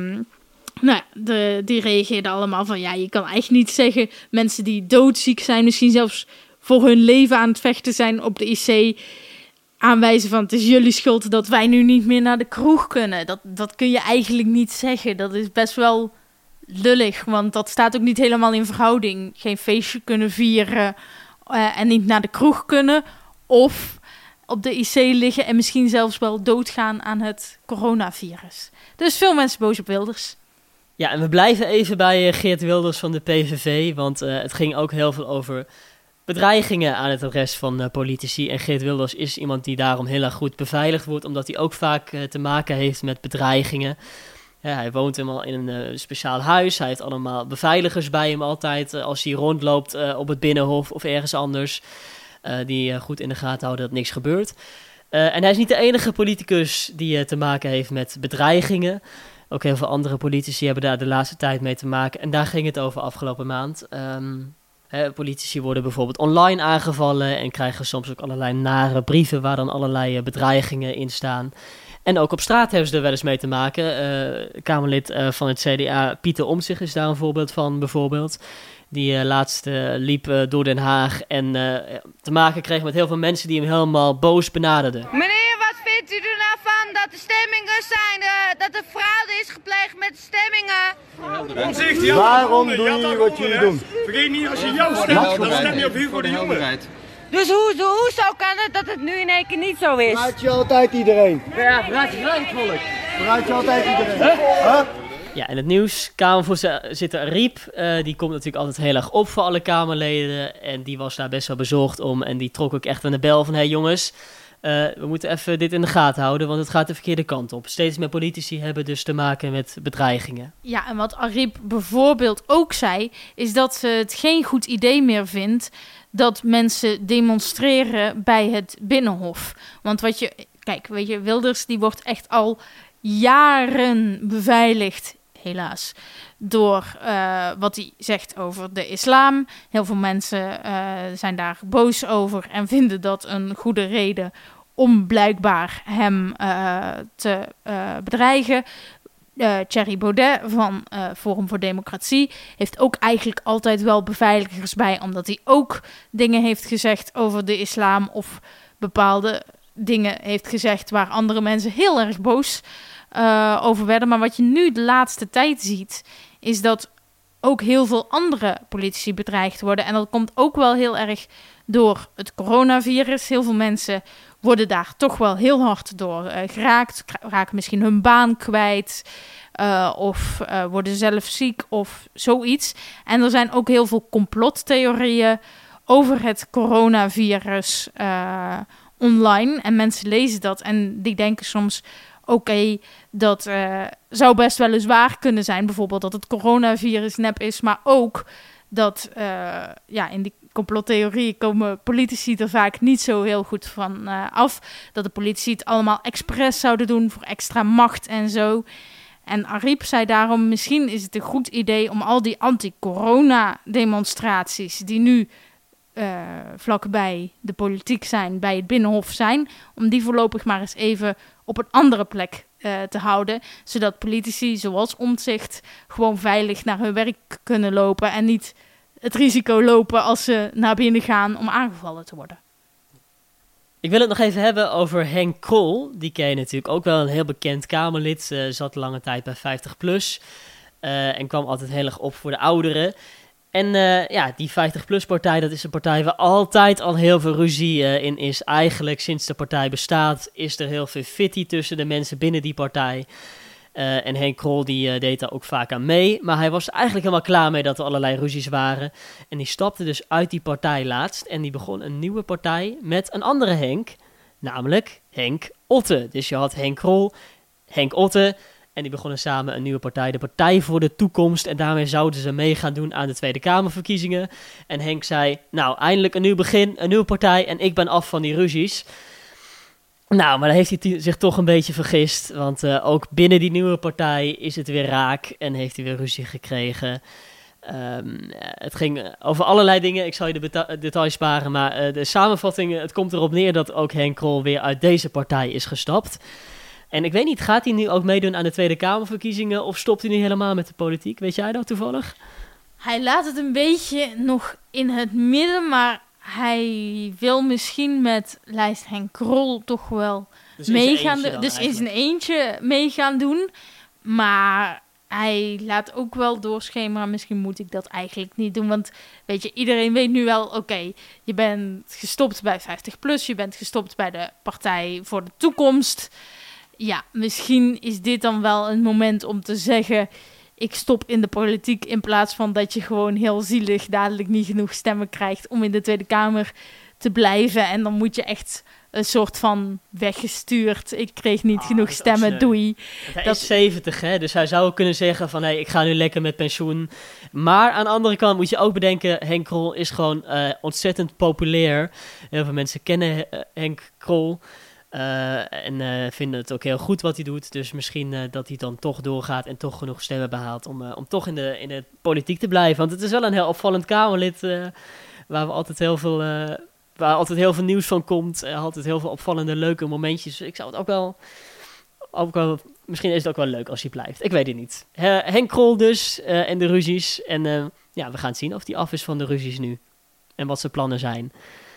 die reageerden allemaal van, je kan echt niet zeggen, mensen die doodziek zijn, misschien zelfs voor hun leven aan het vechten zijn op de IC, aanwijzen van, het is jullie schuld dat wij nu niet meer naar de kroeg kunnen. Dat kun je eigenlijk niet zeggen. Dat is best wel lullig, want dat staat ook niet helemaal in verhouding. Geen feestje kunnen vieren en niet naar de kroeg kunnen, of op de IC liggen en misschien zelfs wel doodgaan aan het coronavirus. Dus veel mensen boos op Wilders. Ja, en we blijven even bij Geert Wilders van de PVV, want het ging ook heel veel over bedreigingen aan het adres van politici. En Geert Wilders is iemand die daarom heel erg goed beveiligd wordt, omdat hij ook vaak te maken heeft met bedreigingen. Ja, hij woont helemaal in een speciaal huis. Hij heeft allemaal beveiligers bij hem altijd als hij rondloopt op het Binnenhof of ergens anders. Die goed in de gaten houden dat niks gebeurt. En hij is niet de enige politicus die te maken heeft met bedreigingen. Ook heel veel andere politici hebben daar de laatste tijd mee te maken. En daar ging het over afgelopen maand. Politici worden bijvoorbeeld online aangevallen en krijgen soms ook allerlei nare brieven waar dan allerlei bedreigingen in staan. En ook op straat hebben ze er wel eens mee te maken. Kamerlid van het CDA, Pieter Omtzigt, is daar een voorbeeld van bijvoorbeeld. Die laatst liep door Den Haag en te maken kreeg met heel veel mensen die hem helemaal boos benaderden. Meneer, wat vindt u er nou van dat de stemmingen zijn, dat er fraude is gepleegd met de stemmingen? Omtzigt, waarom doe je wat jullie doen? Vergeet niet, als je jou stemt, dan stem je op Hugo de Jonge. Dus hoezo kan het dat het nu in één keer niet zo is? Verraad je altijd iedereen? Ja, verraad je gelijk het volk. Verraad je altijd iedereen? Huh? Ja, en het nieuws, Kamervoorzitter Riep, die komt natuurlijk altijd heel erg op voor alle Kamerleden. En die was daar best wel bezorgd om. En die trok ook echt aan de bel van, jongens, we moeten even dit in de gaten houden, want het gaat de verkeerde kant op. Steeds meer politici hebben dus te maken met bedreigingen. Ja, en wat Ariep bijvoorbeeld ook zei, is dat ze het geen goed idee meer vindt dat mensen demonstreren bij het Binnenhof. Want weet je, Wilders die wordt echt al jaren beveiligd, helaas, door wat hij zegt over de islam. Heel veel mensen zijn daar boos over en vinden dat een goede reden om blijkbaar hem te bedreigen. Thierry Baudet van Forum voor Democratie heeft ook eigenlijk altijd wel beveiligers bij, omdat hij ook dingen heeft gezegd over de islam of bepaalde dingen heeft gezegd waar andere mensen heel erg boos over werden. Maar wat je nu de laatste tijd ziet, is dat ook heel veel andere politici bedreigd worden. En dat komt ook wel heel erg door het coronavirus. Heel veel mensen worden daar toch wel heel hard door geraakt. Raken misschien hun baan kwijt. Of worden zelf ziek of zoiets. En er zijn ook heel veel complottheorieën over het coronavirus online. En mensen lezen dat en die denken soms, oké, dat zou best wel eens waar kunnen zijn. Bijvoorbeeld dat het coronavirus nep is, maar ook dat in die complottheorieën komen politici er vaak niet zo heel goed van af. Dat de politici het allemaal expres zouden doen voor extra macht en zo. En Ariep zei daarom, misschien is het een goed idee om al die anti-corona-demonstraties die nu vlakbij de politiek zijn, bij het Binnenhof zijn, om die voorlopig maar eens even op een andere plek te houden, zodat politici zoals Omtzigt gewoon veilig naar hun werk kunnen lopen en niet het risico lopen als ze naar binnen gaan om aangevallen te worden. Ik wil het nog even hebben over Henk Krol. Die ken je natuurlijk ook wel, een heel bekend Kamerlid. Zat lange tijd bij 50PLUS en kwam altijd heel erg op voor de ouderen. En die 50PLUS-partij, dat is een partij waar altijd al heel veel ruzie in is. Eigenlijk sinds de partij bestaat is er heel veel fitty tussen de mensen binnen die partij. En Henk Krol die deed daar ook vaak aan mee. Maar hij was er eigenlijk helemaal klaar mee dat er allerlei ruzies waren. En die stapte dus uit die partij laatst. En die begon een nieuwe partij met een andere Henk. Namelijk Henk Otte. Dus je had Henk Krol, Henk Otte. En die begonnen samen een nieuwe partij, de Partij voor de Toekomst. En daarmee zouden ze mee gaan doen aan de Tweede Kamerverkiezingen. En Henk zei, nou, eindelijk een nieuw begin, een nieuwe partij en ik ben af van die ruzies. Nou, maar dan heeft hij zich toch een beetje vergist. Want ook binnen die nieuwe partij is het weer raak en heeft hij weer ruzie gekregen. Het ging over allerlei dingen, ik zal je de details sparen. Maar de samenvatting, het komt erop neer dat ook Henk Krol weer uit deze partij is gestapt. En ik weet niet, gaat hij nu ook meedoen aan de Tweede Kamerverkiezingen of stopt hij nu helemaal met de politiek? Weet jij dat toevallig? Hij laat het een beetje nog in het midden, maar hij wil misschien met lijst Henk Krol toch wel meegaan. Dus in zijn eentje mee gaan doen. Maar hij laat ook wel doorschemeren, misschien moet ik dat eigenlijk niet doen. Want weet je, iedereen weet nu wel, oké, je bent gestopt bij 50PLUS, je bent gestopt bij de Partij voor de Toekomst. Ja, misschien is dit dan wel een moment om te zeggen, ik stop in de politiek, in plaats van dat je gewoon heel zielig dadelijk niet genoeg stemmen krijgt om in de Tweede Kamer te blijven. En dan moet je echt een soort van weggestuurd. Ik kreeg niet genoeg stemmen, doei. Hij is 70, hè? Dus hij zou kunnen zeggen van, ik ga nu lekker met pensioen. Maar aan de andere kant moet je ook bedenken, Henk Krol is gewoon ontzettend populair. Heel veel mensen kennen Henk Krol. En vinden het ook heel goed wat hij doet. Dus misschien dat hij dan toch doorgaat en toch genoeg stemmen behaalt om toch in de politiek te blijven. Want het is wel een heel opvallend Kamerlid waar altijd heel veel nieuws van komt. Altijd heel veel opvallende, leuke momentjes. Ik zou het ook wel misschien is het ook wel leuk als hij blijft. Ik weet het niet. Henk Krol dus en de ruzies. En we gaan zien of hij af is van de ruzies nu. En wat zijn plannen zijn.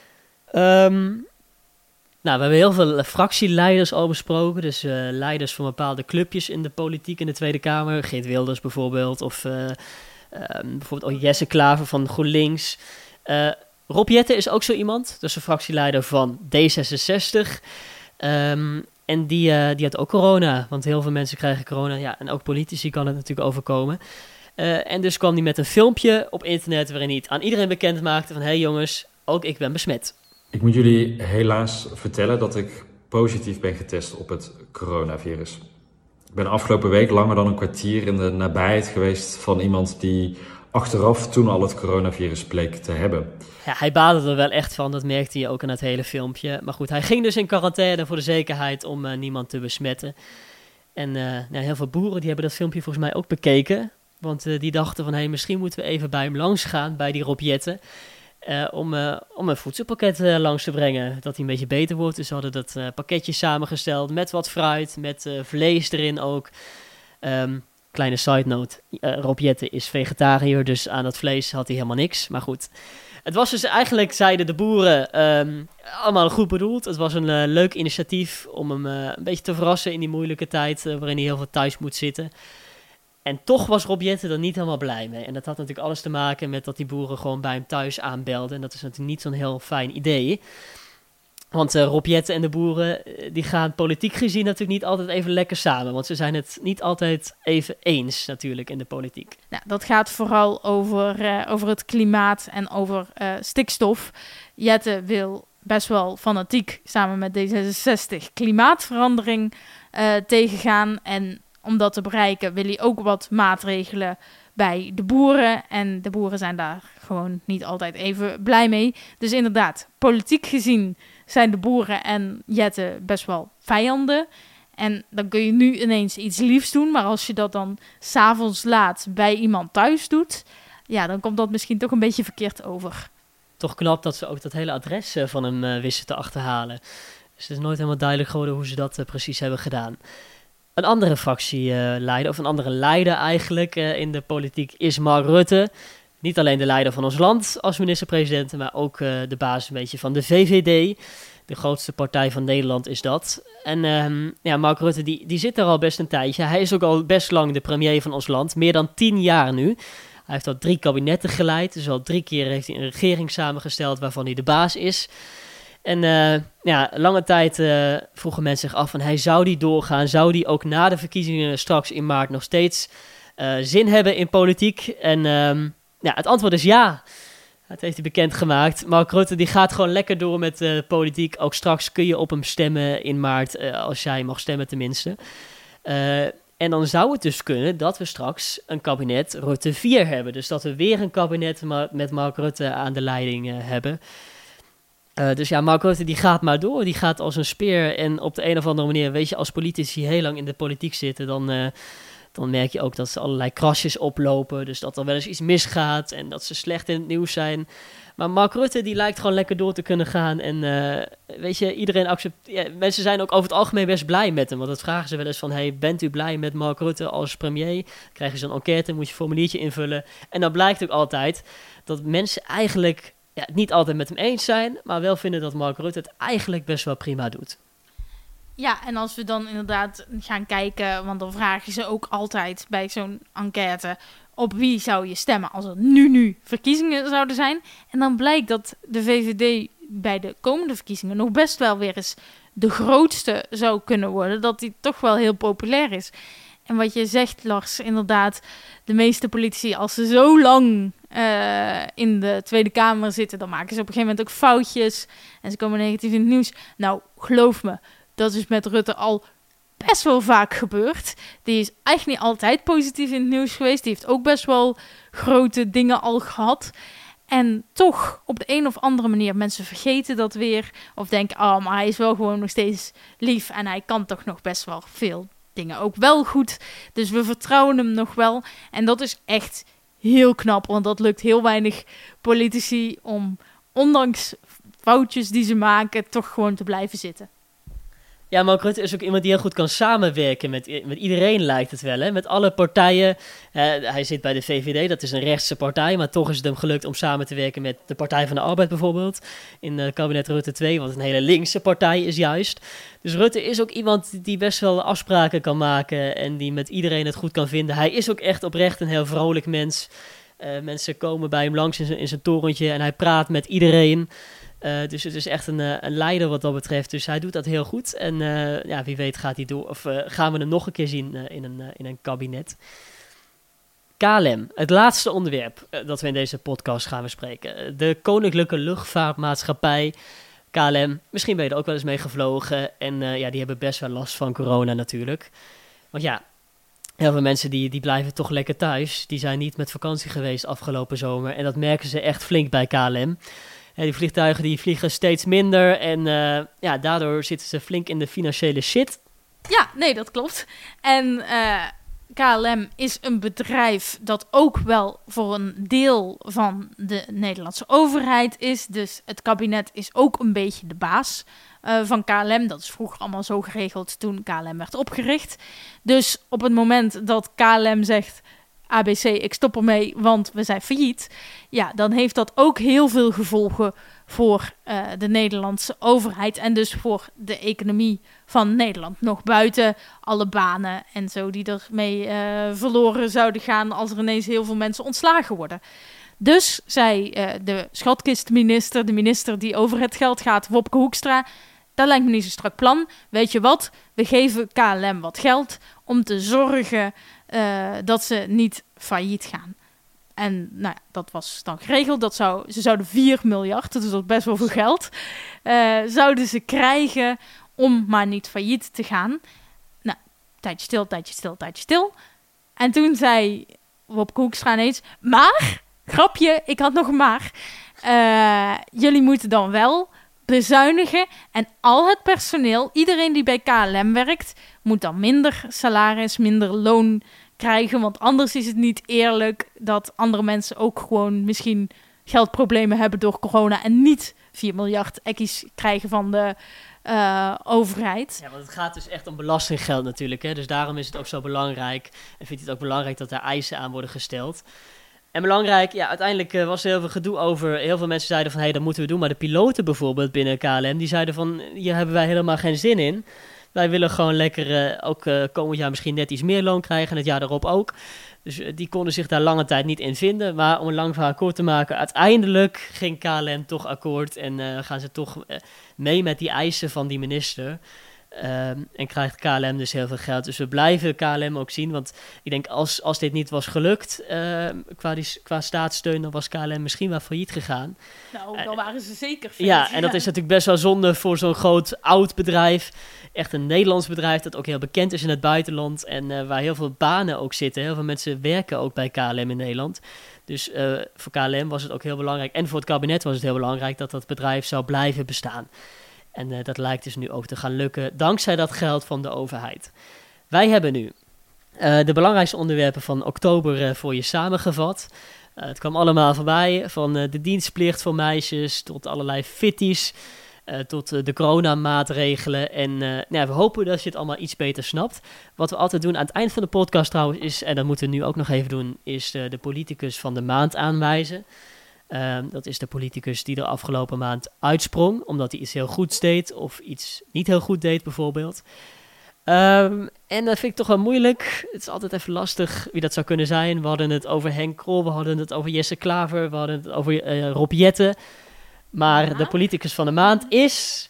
Nou, we hebben heel veel fractieleiders al besproken. Dus leiders van bepaalde clubjes in de politiek in de Tweede Kamer. Geert Wilders bijvoorbeeld. Of bijvoorbeeld ook Jesse Klaver van GroenLinks. Rob Jetten is ook zo iemand. Dat is een fractieleider van D66. En die had ook corona. Want heel veel mensen krijgen corona. Ja, en ook politici kan het natuurlijk overkomen. En dus kwam hij met een filmpje op internet waarin hij het aan iedereen bekend maakte van, hey jongens, ook ik ben besmet. Ik moet jullie helaas vertellen dat ik positief ben getest op het coronavirus. Ik ben afgelopen week langer dan een kwartier in de nabijheid geweest van iemand die achteraf toen al het coronavirus bleek te hebben. Ja, hij baadde er wel echt van, dat merkte je ook aan het hele filmpje. Maar goed, hij ging dus in quarantaine voor de zekerheid om niemand te besmetten. En heel veel boeren die hebben dat filmpje volgens mij ook bekeken. Want die dachten van, misschien moeten we even bij hem langs gaan, bij die Rob Jetten. Om een voedselpakket langs te brengen, dat hij een beetje beter wordt. Dus ze hadden dat pakketje samengesteld met wat fruit, met vlees erin ook. Kleine side note, Rob Jetten is vegetariër, dus aan dat vlees had hij helemaal niks. Maar goed, het was dus eigenlijk, zeiden de boeren, allemaal goed bedoeld. Het was een leuk initiatief om hem een beetje te verrassen in die moeilijke tijd waarin hij heel veel thuis moet zitten. En toch was Rob Jetten er niet helemaal blij mee. En dat had natuurlijk alles te maken met dat die boeren gewoon bij hem thuis aanbelden. En dat is natuurlijk niet zo'n heel fijn idee. Want Rob Jetten en de boeren, die gaan politiek gezien natuurlijk niet altijd even lekker samen. Want ze zijn het niet altijd even eens natuurlijk in de politiek. Nou, dat gaat vooral over het klimaat en over stikstof. Jetten wil best wel fanatiek samen met D66 klimaatverandering tegengaan. En om dat te bereiken wil hij ook wat maatregelen bij de boeren. En de boeren zijn daar gewoon niet altijd even blij mee. Dus inderdaad, politiek gezien zijn de boeren en Jetten best wel vijanden. En dan kun je nu ineens iets liefs doen. Maar als je dat dan 's avonds laat bij iemand thuis doet, ja, dan komt dat misschien toch een beetje verkeerd over. Toch knap dat ze ook dat hele adres van hem wisten te achterhalen. Dus het is nooit helemaal duidelijk geworden hoe ze dat precies hebben gedaan. Een andere fractieleider, of een andere leider eigenlijk in de politiek, is Mark Rutte. Niet alleen de leider van ons land als minister-president, maar ook de baas een beetje van de VVD. De grootste partij van Nederland is dat. En Mark Rutte die zit er al best een tijdje. Hij is ook al best lang de premier van ons land, meer dan 10 jaar nu. Hij heeft al 3 kabinetten geleid, dus al 3 keer heeft hij een regering samengesteld waarvan hij de baas is. En lange tijd vroegen mensen zich af van, zou die doorgaan? Zou die ook na de verkiezingen straks in maart nog steeds zin hebben in politiek? En het antwoord is ja. Dat heeft hij bekendgemaakt. Mark Rutte die gaat gewoon lekker door met politiek. Ook straks kun je op hem stemmen in maart, als jij mag stemmen tenminste. En dan zou het dus kunnen dat we straks een kabinet Rutte 4 hebben. Dus dat we weer een kabinet met Mark Rutte aan de leiding hebben. Dus Mark Rutte die gaat maar door. Die gaat als een speer. En op de een of andere manier, weet je, als politici heel lang in de politiek zitten, dan merk je ook dat ze allerlei krasjes oplopen. Dus dat er wel eens iets misgaat en dat ze slecht in het nieuws zijn. Maar Mark Rutte die lijkt gewoon lekker door te kunnen gaan. En weet je, iedereen accepteert. Ja, mensen zijn ook over het algemeen best blij met hem. Want dat vragen ze wel eens van, bent u blij met Mark Rutte als premier? Dan krijg je zo'n enquête, moet je een formuliertje invullen. En dan blijkt ook altijd dat mensen eigenlijk niet altijd met hem eens zijn, maar wel vinden dat Mark Rutte het eigenlijk best wel prima doet. Ja, en als we dan inderdaad gaan kijken, want dan vragen ze ook altijd bij zo'n enquête, op wie zou je stemmen als er nu verkiezingen zouden zijn? En dan blijkt dat de VVD bij de komende verkiezingen nog best wel weer eens de grootste zou kunnen worden, dat die toch wel heel populair is. En wat je zegt, Lars, inderdaad, de meeste politici, als ze zo lang in de Tweede Kamer zitten, dan maken ze op een gegeven moment ook foutjes en ze komen negatief in het nieuws. Nou, geloof me, dat is met Rutte al best wel vaak gebeurd. Die is eigenlijk niet altijd positief in het nieuws geweest. Die heeft ook best wel grote dingen al gehad. En toch, op de een of andere manier, mensen vergeten dat weer. Of denken, maar hij is wel gewoon nog steeds lief en hij kan toch nog best wel veel dingen ook wel goed. Dus we vertrouwen hem nog wel. En dat is echt heel knap, want dat lukt heel weinig politici om, ondanks foutjes die ze maken, toch gewoon te blijven zitten. Ja, Mark Rutte is ook iemand die heel goed kan samenwerken met iedereen, lijkt het wel. Hè? Met alle partijen. Hij zit bij de VVD, dat is een rechtse partij, maar toch is het hem gelukt om samen te werken met de Partij van de Arbeid bijvoorbeeld. In het kabinet Rutte 2, wat een hele linkse partij is juist. Dus Rutte is ook iemand die best wel afspraken kan maken en die met iedereen het goed kan vinden. Hij is ook echt oprecht een heel vrolijk mens. Mensen komen bij hem langs in zijn torentje en hij praat met iedereen. Dus het is echt een leider wat dat betreft. Dus hij doet dat heel goed. En wie weet gaat hij door. Of gaan we hem nog een keer zien in een kabinet. KLM, het laatste onderwerp dat we in deze podcast gaan bespreken. De Koninklijke Luchtvaartmaatschappij KLM, misschien ben je er ook wel eens mee gevlogen. En die hebben best wel last van corona natuurlijk. Want ja, heel veel mensen die blijven toch lekker thuis. Die zijn niet met vakantie geweest afgelopen zomer. En dat merken ze echt flink bij KLM. Die vliegtuigen die vliegen steeds minder. En daardoor zitten ze flink in de financiële shit. Ja, nee, dat klopt. En KLM is een bedrijf dat ook wel voor een deel van de Nederlandse overheid is. Dus het kabinet is ook een beetje de baas van KLM. Dat is vroeger allemaal zo geregeld toen KLM werd opgericht. Dus op het moment dat KLM zegt: ABC, ik stop ermee, want we zijn failliet. Ja, dan heeft dat ook heel veel gevolgen voor de Nederlandse overheid. En dus voor de economie van Nederland. Nog buiten alle banen en zo die ermee verloren zouden gaan als er ineens heel veel mensen ontslagen worden. Dus zei de schatkistminister, de minister die over het geld gaat, Wopke Hoekstra: dat lijkt me niet zo'n strak plan. Weet je wat? We geven KLM wat geld om te zorgen dat ze niet failliet gaan. En nou, dat was dan geregeld. Ze zouden 4 miljard, dat is ook best wel veel geld, zouden ze krijgen om maar niet failliet te gaan. Nou, tijdje stil. En toen zei Wopke Hoekstra ineens: maar, grapje, ik had nog een maar. Jullie moeten dan wel bezuinigen en al het personeel, iedereen die bij KLM werkt, moet dan minder salaris, minder loon krijgen, want anders is het niet eerlijk dat andere mensen ook gewoon misschien geldproblemen hebben door corona en niet 4 miljard ekkies krijgen van de overheid. Ja, want het gaat dus echt om belastinggeld natuurlijk, hè? Dus daarom is het ook zo belangrijk en vindt het ook belangrijk dat daar eisen aan worden gesteld. En belangrijk, ja, uiteindelijk was er heel veel gedoe over. Heel veel mensen zeiden van, dat moeten we doen. Maar de piloten bijvoorbeeld binnen KLM, die zeiden van, hier hebben wij helemaal geen zin in. Wij willen gewoon lekker ook komend jaar misschien net iets meer loon krijgen en het jaar daarop ook. Dus die konden zich daar lange tijd niet in vinden. Maar om een lang verhaal kort te maken, uiteindelijk ging KLM toch akkoord en gaan ze toch mee met die eisen van die minister. En krijgt KLM dus heel veel geld. Dus we blijven KLM ook zien. Want ik denk als dit niet was gelukt qua staatssteun, dan was KLM misschien wel failliet gegaan. Nou, dan waren ze zeker failliet. Ja, en dat is natuurlijk best wel zonde voor zo'n groot oud bedrijf. Echt een Nederlands bedrijf dat ook heel bekend is in het buitenland. En waar heel veel banen ook zitten. Heel veel mensen werken ook bij KLM in Nederland. Dus voor KLM was het ook heel belangrijk. En voor het kabinet was het heel belangrijk dat dat bedrijf zou blijven bestaan. En dat lijkt dus nu ook te gaan lukken, dankzij dat geld van de overheid. Wij hebben nu de belangrijkste onderwerpen van oktober voor je samengevat. Het kwam allemaal voorbij, van de dienstplicht voor meisjes tot allerlei fitties, tot de coronamaatregelen. En we hopen dat je het allemaal iets beter snapt. Wat we altijd doen aan het eind van de podcast trouwens is, en dat moeten we nu ook nog even doen, is de politicus van de maand aanwijzen. Dat is de politicus die er afgelopen maand uitsprong, omdat hij iets heel goeds deed of iets niet heel goed deed bijvoorbeeld. En dat vind ik toch wel moeilijk. Het is altijd even lastig wie dat zou kunnen zijn. We hadden het over Henk Krol, we hadden het over Jesse Klaver, we hadden het over Rob Jetten. Maar de politicus van de maand is...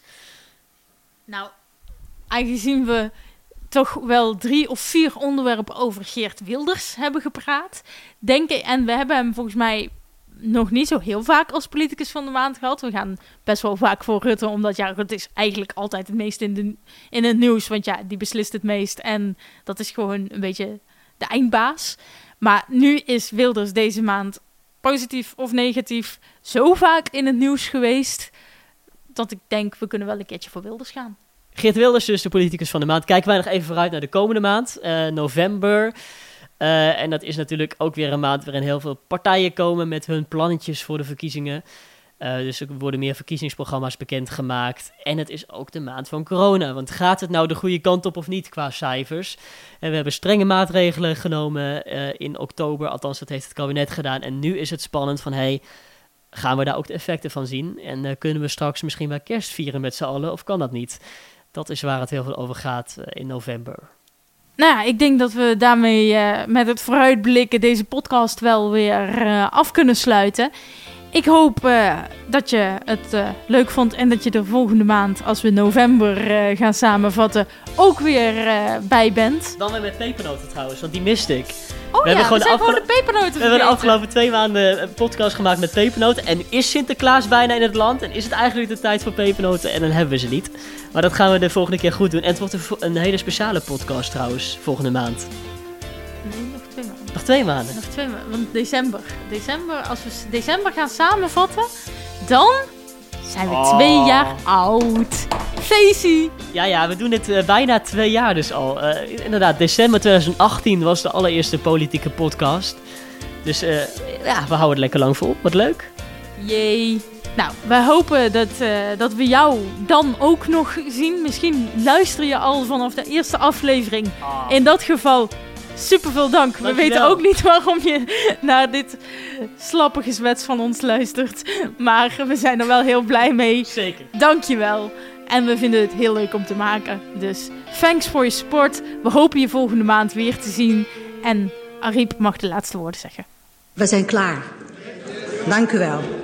Nou, aangezien we toch wel 3 of 4 onderwerpen over Geert Wilders hebben gepraat, denk ik, en we hebben hem volgens mij nog niet zo heel vaak als politicus van de maand gehad. We gaan best wel vaak voor Rutte, omdat Rutte is eigenlijk altijd het meest in het nieuws, want die beslist het meest en dat is gewoon een beetje de eindbaas. Maar nu is Wilders deze maand, positief of negatief, zo vaak in het nieuws geweest dat ik denk, we kunnen wel een keertje voor Wilders gaan. Geert Wilders, dus de politicus van de maand. Kijken wij nog even vooruit naar de komende maand, november. En dat is natuurlijk ook weer een maand waarin heel veel partijen komen met hun plannetjes voor de verkiezingen. Dus er worden meer verkiezingsprogramma's bekendgemaakt. En het is ook de maand van corona. Want gaat het nou de goede kant op of niet qua cijfers? En we hebben strenge maatregelen genomen in oktober. Althans, dat heeft het kabinet gedaan. En nu is het spannend van, gaan we daar ook de effecten van zien? En kunnen we straks misschien wel kerst vieren met z'n allen? Of kan dat niet? Dat is waar het heel veel over gaat in november. Nou ja, ik denk dat we daarmee met het vooruitblikken deze podcast wel weer af kunnen sluiten. Ik hoop dat je het leuk vond en dat je er volgende maand, als we november gaan samenvatten, ook weer bij bent. Dan weer met pepernoten trouwens, want die miste ik. We hebben gewoon de pepernoten We hebben de afgelopen 2 maanden een podcast gemaakt met pepernoten. En nu is Sinterklaas bijna in het land. En is het eigenlijk de tijd voor pepernoten en dan hebben we ze niet. Maar dat gaan we de volgende keer goed doen. En het wordt een hele speciale podcast trouwens, volgende maand. Nee, nog 2 maanden. Nog 2 maanden? Nog 2 maanden, want december, als we december gaan samenvatten, dan zijn we 2 jaar oud. Feestie! Ja, we doen dit bijna 2 jaar dus al. Inderdaad, december 2018 was de allereerste politieke podcast. Dus we houden het lekker lang vol. Wat leuk. Jee. Nou, wij hopen dat we jou dan ook nog zien. Misschien luister je al vanaf de eerste aflevering. In dat geval, superveel dank. We weten ook niet waarom je naar dit slappe gezwets van ons luistert. Maar we zijn er wel heel blij mee. Zeker. Dank je wel. En we vinden het heel leuk om te maken. Dus thanks voor je support. We hopen je volgende maand weer te zien. En Ariep mag de laatste woorden zeggen. We zijn klaar. Dank u wel.